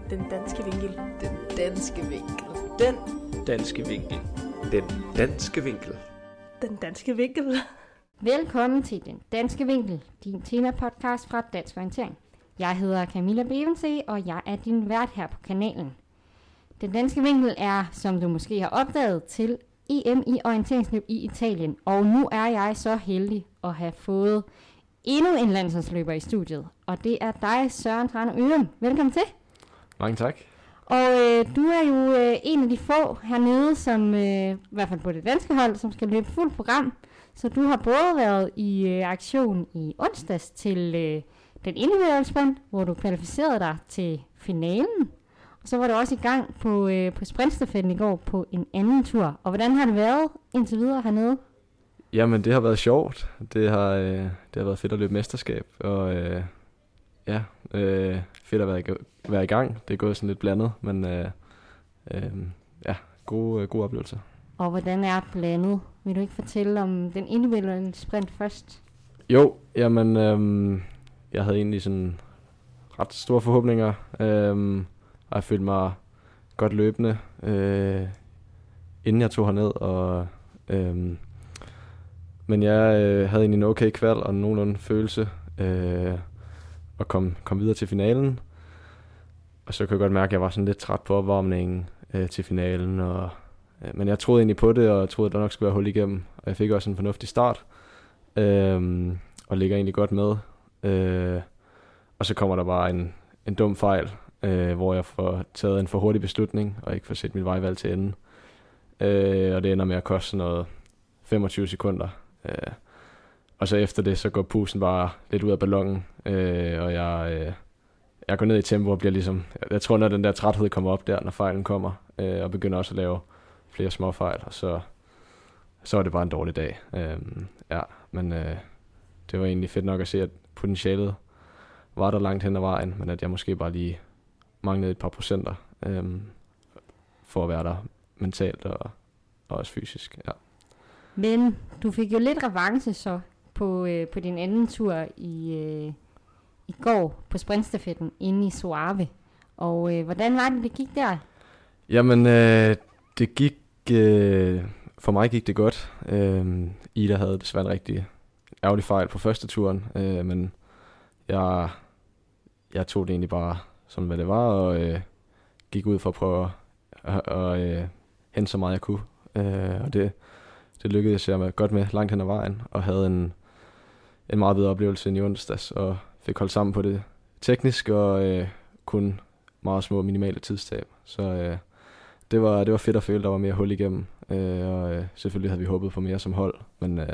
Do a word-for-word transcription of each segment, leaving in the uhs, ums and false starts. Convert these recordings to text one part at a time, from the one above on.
Den danske vinkel. Den danske vinkel. Den danske vinkel. Den danske vinkel. Den danske vinkel. Velkommen til Den Danske Vinkel, din temapodcast fra Dansk Orientering. Jeg hedder Camilla Bevensee, og jeg er din vært her på kanalen. Den Danske Vinkel er, som du måske har opdaget, til E M i orienteringsløb i Italien. Og nu er jeg så heldig at have fået endnu en landsholdsløber i studiet. Og det er dig, Søren Trane Ørum. Velkommen til. Mange tak. Og øh, du er jo øh, en af de få hernede, som øh, i hvert fald på det danske hold, som skal løbe fuldt program. Så du har både været i øh, aktion i onsdags til øh, den individuelle sprint, hvor du kvalificerede dig til finalen. Og så var du også i gang på, øh, på sprintstafetten i går på en anden tur. Og hvordan har det været indtil videre hernede? Jamen, det har været sjovt. Det har, øh, det har været fedt at løbe mesterskab. Og øh, ja, øh, fedt at være i, være i gang. Det er gået sådan lidt blandet, men øh, øh, ja, gode, gode oplevelser. Og hvordan er blandet? Vil du ikke fortælle om den individuelle sprint først? Jo, jamen, øh, jeg havde egentlig sådan ret store forhåbninger. Øh, og jeg følte mig godt løbende, øh, inden jeg tog herned. Og, øh, men jeg øh, havde egentlig en okay kval og nogenlunde følelse. Øh, og kom, kom videre til finalen. Og så kunne jeg godt mærke, at jeg var sådan lidt træt på opvarmningen øh, til finalen. Og, øh, men jeg troede egentlig på det, og jeg troede, at der nok skulle være hul igennem. Og jeg fik også en fornuftig start. Øh, og ligger egentlig godt med. Øh, og så kommer der bare en, en dum fejl, øh, hvor jeg får taget en for hurtig beslutning, og ikke får set mit vejvalg til ende. Øh, og det ender med at koste noget femogtyve sekunder. Øh, og så efter det, så går pusten bare lidt ud af ballonen, øh, og jeg, øh, jeg går ned i tempo og bliver ligesom, jeg tror, når den der træthed kommer op der, når fejlen kommer, øh, og begynder også at lave flere små fejl, og så, så er det bare en dårlig dag. Øh, ja, men øh, det var egentlig fedt nok at se, at potentialet var der langt hen ad vejen, men at jeg måske bare lige manglede et par procenter øh, for at være der mentalt og, og også fysisk, ja. Men du fik jo lidt revanche så på, øh, på din anden tur i, øh, i går på sprintstafetten inde i Soave. Og øh, hvordan var det, det gik der? Jamen, øh, det gik, øh, for mig gik det godt. Øh, Ida havde desværre en rigtig ærgerlig fejl på første turen, øh, men jeg, jeg tog det egentlig bare som hvad det var, og øh, gik ud for at prøve at, at, at øh, hente så meget jeg kunne. Øh, og det, det lykkedes jeg med godt med langt hen ad vejen, og havde en, en meget bedre oplevelse end i onsdags, og fik holdt sammen på det teknisk, og øh, kun meget små minimale tidstab. Så øh, det, var, det var fedt at føle, der var mere hul igennem, øh, og øh, selvfølgelig havde vi håbet på mere som hold, men øh,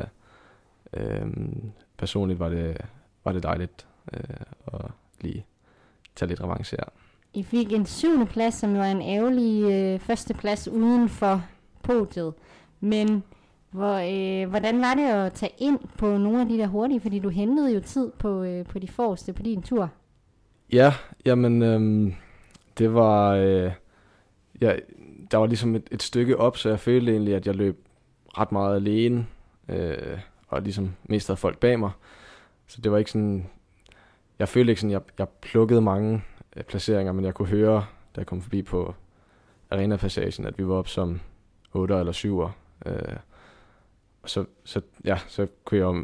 øh, personligt var det, var det dejligt øh, at lige tage lidt revanche her. I fik en syvende plads, som var en ærgerlig øh, første plads uden for podiet. Men hvor, øh, hvordan var det at tage ind på nogle af de der hurtige? Fordi du hentede jo tid på, øh, på de forreste på din tur. Ja, jamen øh, det var... Øh, ja, der var ligesom et, et stykke op, så jeg følte egentlig, at jeg løb ret meget alene. Øh, og ligesom mest havde folk bag mig. Så det var ikke sådan... Jeg følte ikke sådan, jeg, jeg plukkede mange øh, placeringer, men jeg kunne høre, da jeg kom forbi på Arena-passagen, at vi var op som otter eller syver. Øh, og så, så, ja, så kunne jeg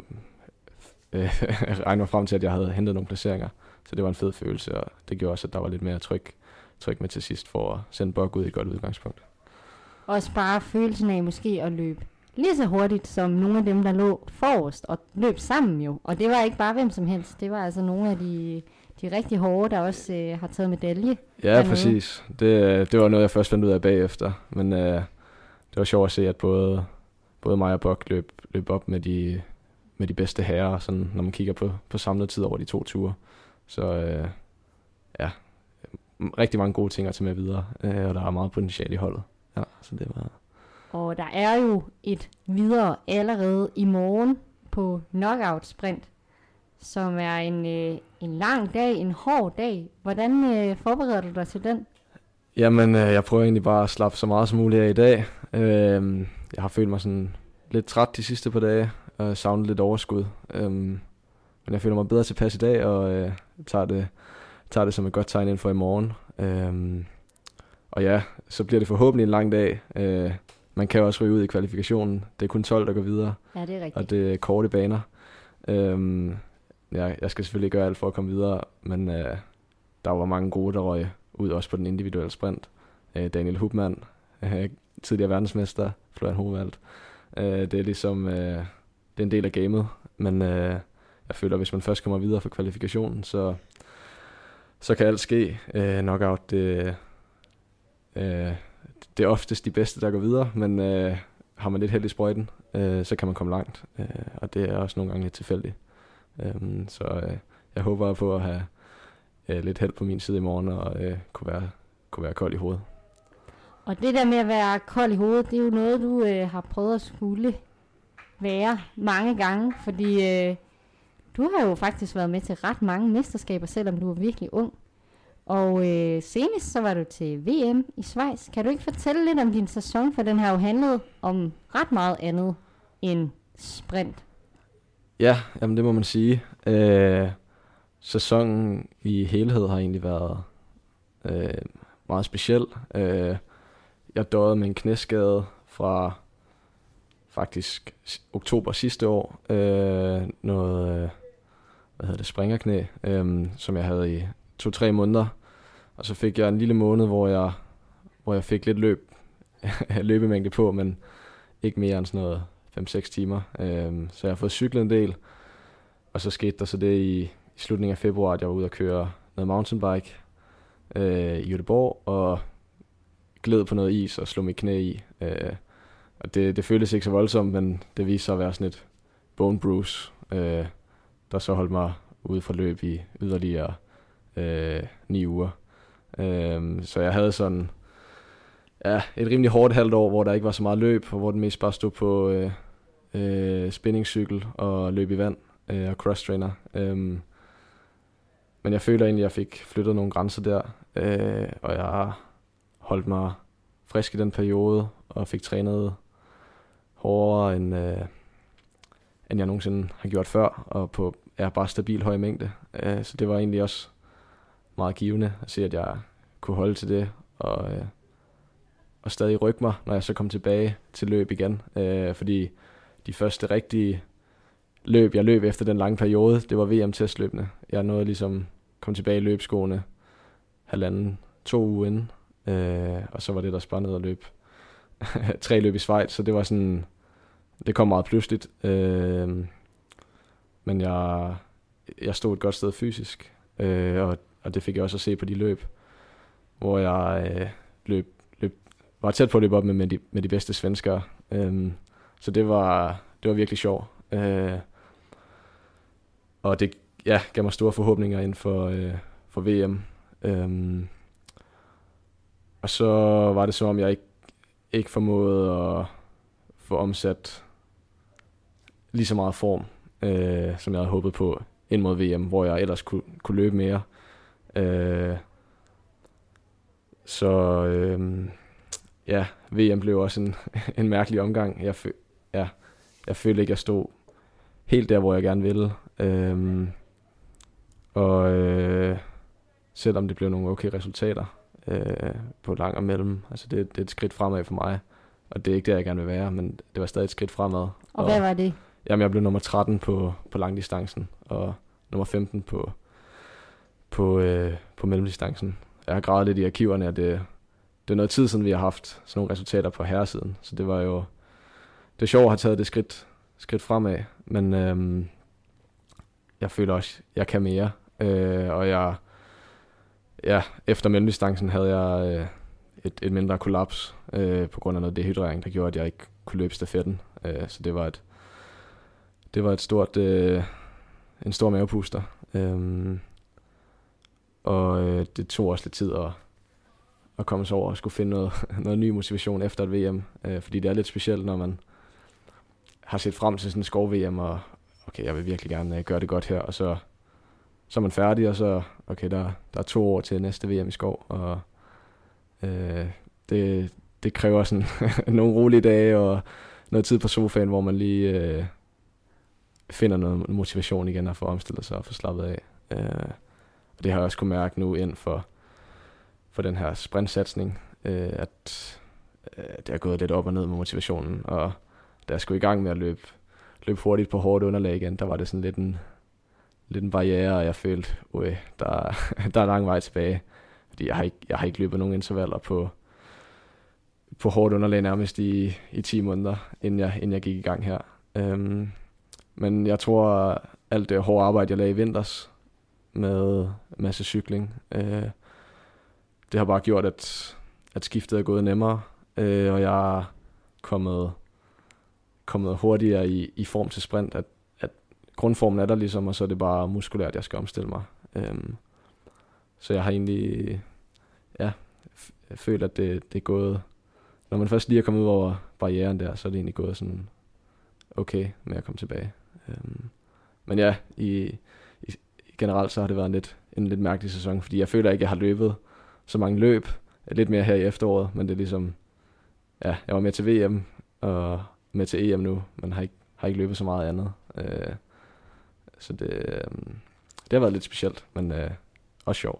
øh, regne mig frem til, at jeg havde hentet nogle placeringer. Så det var en fed følelse, og det gjorde også, at der var lidt mere tryk, tryk med til sidst for at sende Bok ud i et godt udgangspunkt. Også bare følelsen af måske at løbe lige så hurtigt som nogle af dem, der lå forrest og løb sammen jo. Og det var ikke bare hvem som helst. Det var altså nogle af de, de rigtig hårde, der også øh, har taget medalje. Ja, dernede. Præcis. Det, det var noget, jeg først fandt ud af bagefter. Men øh, det var sjovt at se, at både, både mig og Bok løb, løb op med de, med de bedste herrer, sådan, når man kigger på, på samlet tid over de to ture. Så øh, ja, rigtig mange gode ting at tage med videre, øh, og der er meget potentiale i holdet. Ja, så det var... Og der er jo et videre allerede i morgen på knockout sprint, som er en, øh, en lang dag, en hård dag. Hvordan øh, forbereder du dig til den? Jamen, øh, jeg prøver egentlig bare at slappe så meget som muligt af i dag. Øh, jeg har følt mig sådan lidt træt de sidste par dage, og savnet lidt overskud. Øh, men jeg føler mig bedre tilpas i dag, og øh, tager, det, tager det som et godt tegn ind for i morgen. Øhm, og ja, så bliver det forhåbentlig en lang dag. Øh, man kan også ryge ud i kvalifikationen. Det er kun tolv, der går videre. Ja, det er rigtigt. Og det er korte baner. Øhm, ja, jeg skal selvfølgelig gøre alt for at komme videre, men øh, der var mange gode, der røg ud også på den individuelle sprint. Øh, Daniel Hubmann, øh, tidligere verdensmester, Florian Hovald. Øh, det er ligesom, øh, det er en del af gamet, men øh, jeg føler, at hvis man først kommer videre for kvalifikationen, så, så kan alt ske. Øh, knockout, det, øh, det er oftest de bedste, der går videre, men øh, har man lidt held i sprøjten, øh, så kan man komme langt, øh, og det er også nogle gange lidt tilfældigt. Øh, så øh, jeg håber på at have øh, lidt held på min side i morgen, og øh, kunne, være, kunne være kold i hovedet. Og det der med at være kold i hovedet, det er jo noget, du øh, har prøvet at skulle være mange gange, fordi øh, du har jo faktisk været med til ret mange mesterskaber, selvom du er virkelig ung. Og øh, senest så var du til V M i Schweiz. Kan du ikke fortælle lidt om din sæson, for den har jo handlet om ret meget andet end sprint? Ja, jamen det må man sige. Øh, sæsonen i helhed har egentlig været øh, meget speciel. Øh, jeg døde med en knæskade fra faktisk oktober sidste år. Øh, noget, øh, hvad hedder det, springerknæ, øh, som jeg havde i to-tre måneder. Og så fik jeg en lille måned, hvor jeg, hvor jeg fik lidt løb, løbemængde på, men ikke mere end sådan noget fem-seks timer. Øh, så jeg har fået cyklet en del. Og så skete der så det i, i slutningen af februar, at jeg var ude at køre noget mountainbike øh, i Göteborg, og gled på noget is og slog mit knæ i. Øh, og det, det føltes ikke så voldsomt, men det viste sig at være sådan et bone bruise, øh, der så holdt mig ude fra løb i yderligere øh, ni uger. Øh, så jeg havde sådan ja, et rimelig hårdt halvt år, hvor der ikke var så meget løb, og hvor det mest bare stod på øh, øh, spinningscykel og løb i vand øh, og cross-trainer. Øh, men jeg føler egentlig, at jeg fik flyttet nogle grænser der, øh, og jeg har holdt mig frisk i den periode, og fik trænet hårdere, end, øh, end jeg nogensinde har gjort før, og på er bare stabil høj mængde. Øh, så det var egentlig også meget givende at se, at jeg kunne holde til det, og, øh, og stadig rykke mig, når jeg så kom tilbage til løb igen. Øh, fordi de første rigtige løb, jeg løb efter den lange periode, det var V M-testløbene. Jeg nåede ligesom kom tilbage i løbskoene halvanden, to uger inden, øh, og så var det der spændende at løbe tre løb i Schweiz, så det var sådan, det kom meget pludseligt. Øh, men jeg, jeg stod et godt sted fysisk, øh, og, og det fik jeg også at se på de løb, hvor jeg øh, løb, løb, var tæt på at løbe op med, med, de, med de bedste svenskere. Øh, så det var, det var virkelig sjovt. Øh, og det ja, gav mig store forhåbninger inden for, øh, for V M. Øh, og så var det som om, jeg ikke, ikke formåede at få omsat lige så meget form, øh, som jeg havde håbet på ind mod V M, hvor jeg ellers kunne, kunne løbe mere. Øh, så øh, ja, V M blev også en, en mærkelig omgang. Jeg, fø- ja, jeg følte ikke, jeg stod helt der, hvor jeg gerne ville. Øh, og øh, selvom det blev nogle okay resultater øh, på lang og mellem, altså det, det er et skridt fremad for mig, og det er ikke der, jeg gerne vil være, men det var stadig et skridt fremad. Og, og hvad var det? Jamen, jeg blev nummer tretten på, på langdistancen, og nummer femten på, på, øh, på mellemdistancen. Jeg har gravet lidt i arkiverne, og det, det er noget tid siden, vi har haft sådan nogle resultater på herresiden, så det var jo det er sjovt at have taget det skridt, skridt fremad, men øhm, jeg føler også, jeg kan mere, øh, og jeg, ja, efter mellemdistancen havde jeg øh, et, et mindre kollaps øh, på grund af noget dehydrering, der gjorde, at jeg ikke kunne løbe stafetten, øh, så det var et Det var et stort, øh, en stor mavepuster, øhm, og øh, det tog også lidt tid at, at komme sig over og skulle finde noget, noget ny motivation efter et V M, øh, fordi det er lidt specielt, når man har set frem til sådan en skov-V M, og okay, jeg vil virkelig gerne øh, gøre det godt her, og så, så er man færdig, og så, okay, der, der er to år til næste V M i skov, og øh, det, det kræver sådan nogle rolige dage, og noget tid på sofaen, hvor man lige Øh, finder noget motivation igen og får omstillet sig og få slappet af. Øh, Og det har jeg også kunne mærke nu ind for, for den her sprintsatsning, øh, at øh, det er gået lidt op og ned med motivationen. Og da jeg skulle i gang med at løbe, løbe hurtigt på hårdt underlag igen, der var det sådan lidt en, lidt en barriere, og jeg følte, at der, der er lang vej tilbage. Fordi jeg har ikke, jeg har ikke løbet nogen intervaller på, på hårdt underlag nærmest i, i ti måneder, inden jeg, inden jeg gik i gang her. Um, men jeg tror, alt det hårde arbejde, jeg lagde i vinters med masse cykling, uh, det har bare gjort, at, at skiftet er gået nemmere, uh, og jeg er kommet, kommet hurtigere i, i form til sprint. At, at grundformen er der ligesom, og så er det bare muskulært, jeg skal omstille mig. Um, så jeg har egentlig ja, f- følt, at det, det er gået. Når man først lige er kommet ud over barrieren der, så er det egentlig gået sådan okay med at komme tilbage. Um, men ja, i, i generelt så har det været en lidt, en lidt mærkelig sæson, fordi jeg føler ikke, at jeg har løbet så mange løb. Lidt mere her i efteråret, men det er ligesom, ja, jeg var med til V M og med til E M nu, men har ikke, har ikke løbet så meget andet. Uh, så det, um, det har været lidt specielt, men uh, også sjovt.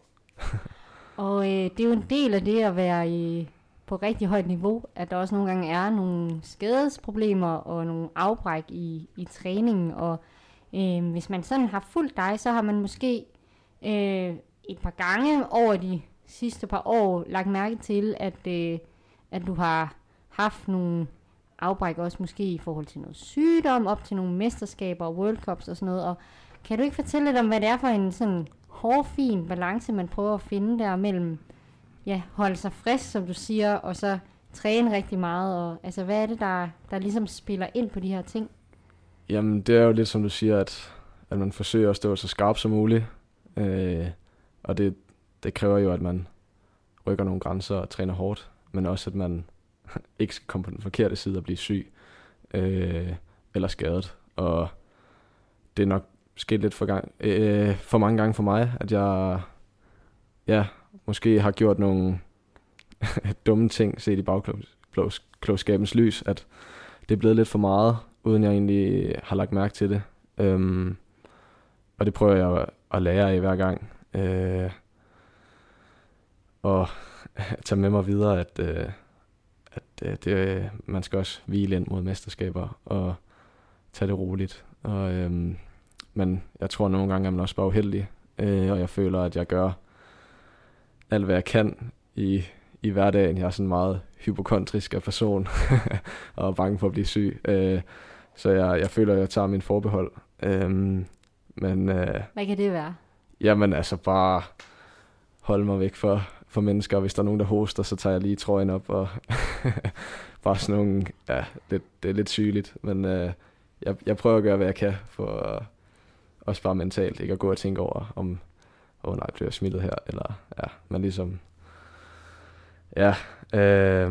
Og øh, det er jo en del af det at være i, på rigtig højt niveau, at der også nogle gange er nogle skadesproblemer og nogle afbræk i, i træningen. Og øh, hvis man sådan har fulgt dig, så har man måske øh, et par gange over de sidste par år lagt mærke til, at, øh, at du har haft nogle afbræk også måske i forhold til noget sygdom, op til nogle mesterskaber og World Cups og sådan noget. Og kan du ikke fortælle lidt om, hvad det er for en sådan hårfin balance, man prøver at finde der mellem, ja, holde sig frisk, som du siger, og så træne rigtig meget, og altså, hvad er det, der, der ligesom spiller ind på de her ting? Jamen, det er jo lidt som du siger, at, at man forsøger at stå så skarp som muligt, øh, og det, det kræver jo, at man rykker nogle grænser og træner hårdt, men også, at man ikke skal komme på den forkerte side og blive syg, øh, eller skadet, og det er nok sket lidt for, gang, øh, for mange gange for mig, at jeg ja, måske har gjort nogle dumme ting, set i bagklogskabens lys, at det er blevet lidt for meget, uden jeg egentlig har lagt mærke til det. Um, og det prøver jeg at, at lære af hver gang. Uh, og tage med mig videre, at, uh, at uh, det, man skal også hvile ind mod mesterskaber og tage det roligt. Og um, men jeg tror nogle gange, er man også bare uheldig, øh, og jeg føler, at jeg gør alt, hvad jeg kan i, i hverdagen. Jeg er sådan en meget hypokondrisk af person, og er bange for at blive syg. Øh, så jeg, jeg føler, at jeg tager min forbehold. Øh, men, øh, hvad kan det være? Jamen altså bare holde mig væk for, for mennesker. Hvis der er nogen, der hoster, så tager jeg lige trøjen op, og bare sådan nogle, ja, det, det er lidt sygeligt. Men øh, jeg, jeg prøver at gøre, hvad jeg kan for uh, også bare mentalt, ikke at gå og tænke over, om, åh oh, nej, bliver jeg smittet her, eller ja, men ligesom, ja, øh,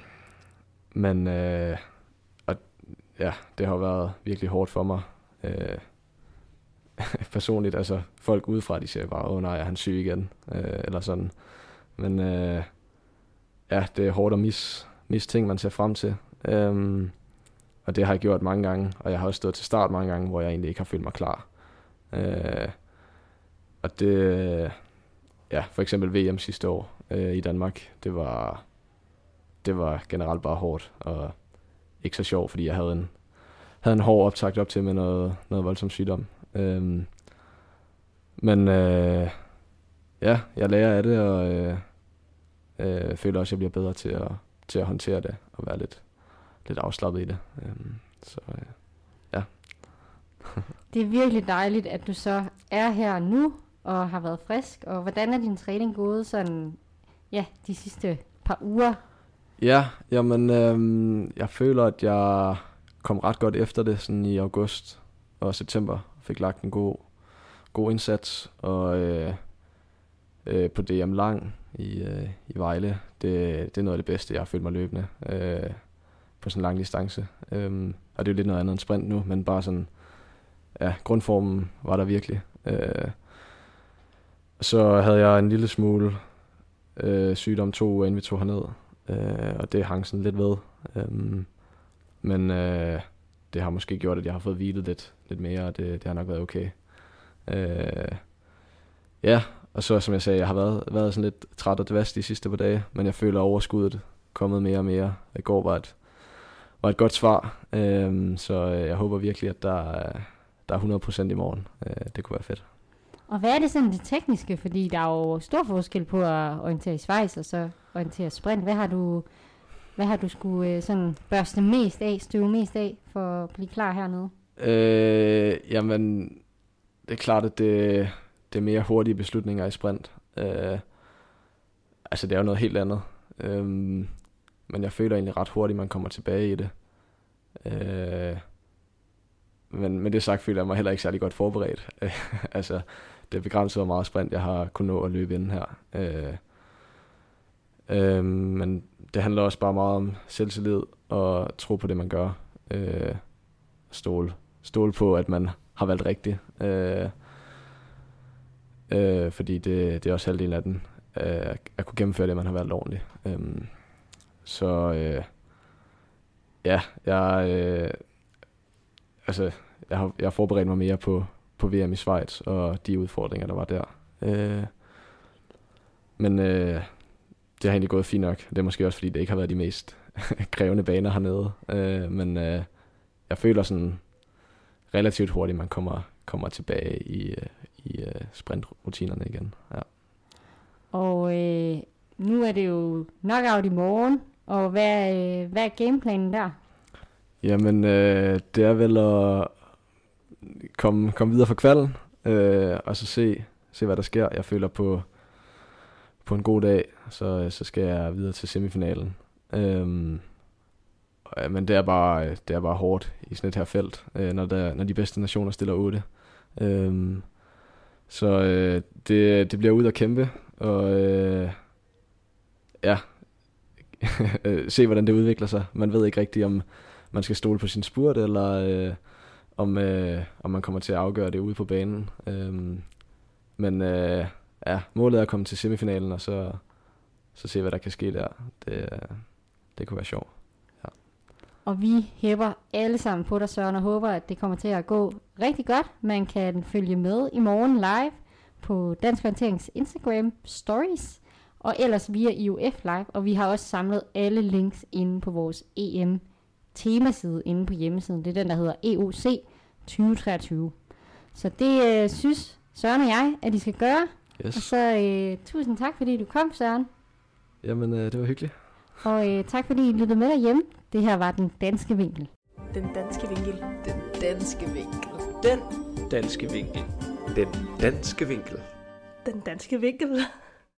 men, øh, og, ja, det har været virkelig hårdt for mig, øh, personligt, altså, folk udefra, de siger bare, åh oh, nej, er han syg igen, øh, eller sådan, men, øh, ja, det er hårdt at mis, mis ting, man ser frem til, øh, og det har jeg gjort mange gange, og jeg har også stået til start mange gange, hvor jeg egentlig ikke har følt mig klar. Øh, og det, ja, for eksempel V M sidste år øh, i Danmark, det var, det var generelt bare hårdt, og ikke så sjovt, fordi jeg havde en, havde en hård optakt op til med noget, noget voldsom sygdom. Øh, men øh, ja, jeg lærer af det, og øh, øh, føler også, at jeg bliver bedre til at, til at håndtere det, og være lidt lidt afslappet i det. Um, så uh, ja. Det er virkelig dejligt, at du så er her nu, og har været frisk. Og hvordan er din træning gået sådan, ja, de sidste par uger? Ja, jamen, øhm, jeg føler, at jeg kom ret godt efter det, sådan i august og september. Fik lagt en god, god indsats, og øh, øh, på D M lang i, øh, i Vejle, det, det er noget af det bedste, jeg har følt mig løbende. Øh, på sådan en lang distance. Øhm, og det er jo lidt noget andet end sprint nu, men bare sådan, ja, grundformen var der virkelig. Øh, så havde jeg en lille smule øh, sygdom to uger, inden vi tog herned, øh, og det hang sådan lidt ved. Øhm, men øh, det har måske gjort, at jeg har fået hvilet lidt, lidt mere, og det, det har nok været okay. Øh, ja, og så, som jeg sagde, jeg har været, været sådan lidt træt og dvast de sidste par dage, men jeg føler overskuddet kommet mere og mere. I går var et, var et godt svar, øhm, så jeg håber virkelig, at der er, der er hundrede procent i morgen. Øh, det kunne være fedt. Og hvad er det sådan det tekniske? Fordi der er jo stor forskel på at orientere i Schweiz og så orientere sprint. Hvad har du, hvad har du skulle øh, sådan børste mest af, støve mest af for at blive klar hernede? Øh, jamen, det er klart, at det, det er mere hurtige beslutninger i sprint. Øh, altså, det er jo noget helt andet. Øh, men jeg føler egentlig ret hurtigt, man kommer tilbage i det. Øh, men med det sagt, føler jeg mig heller ikke særlig godt forberedt. Altså, det er begrænset, hvor meget sprint jeg har kunnet nå at løbe inden her. Øh, øh, men det handler også bare meget om selvtillid og tro på det, man gør. Øh, stole. Stole på, at man har valgt rigtigt. Øh, øh, fordi det, det er også halvdelen af den. Øh, at kunne gennemføre det, man har valgt ordentligt. Øh, så øh, ja, jeg, øh, altså, jeg, har, jeg har forberedt mig mere på, på V M i Schweiz og de udfordringer, der var der. Øh, men øh, det har egentlig gået fint nok. Det er måske også, fordi det ikke har været de mest krævende baner hernede. Øh, men øh, jeg føler sådan relativt hurtigt, man kommer, kommer tilbage i, i uh, sprintrutinerne igen. Ja. Og øh, nu er det jo knockout i morgen, og hvad, øh, hvad er gameplanen der? Jamen, øh, det er vel at komme, komme videre fra kvalden, øh, og så se, se, hvad der sker. Jeg føler på, på en god dag, så, så skal jeg videre til semifinalen. Øhm, Men det er bare det er bare hårdt i sådan et her felt, øh, når der når de bedste nationer stiller otte. Øhm, så øh, det det bliver ud at kæmpe og øh, ja se hvordan det udvikler sig. Man ved ikke rigtigt om man skal stole på sin spurt eller øh, om øh, om man kommer til at afgøre det ude på banen. Øhm, men øh, ja, målet er at komme til semifinalen og så så se hvad der kan ske der. Det det kunne være sjovt. Og vi hæpper alle sammen på dig, Søren, og håber, at det kommer til at gå rigtig godt. Man kan følge med i morgen live på Dansk Orienterings Instagram Stories, og ellers via I O F Live. Og vi har også samlet alle links inde på vores E M-temaside inde på hjemmesiden. Det er den, der hedder E O C tyve treogtyve. Så det øh, synes Søren og jeg, at de skal gøre. Yes. Og så øh, tusind tak, fordi du kom, Søren. Jamen, øh, det var hyggeligt. Og øh, tak, fordi I lyttede med derhjemme. Det her var Den Danske Vinkel. Den danske vinkel. Den danske vinkel. Den danske vinkel. Den danske vinkel. Den danske vinkel.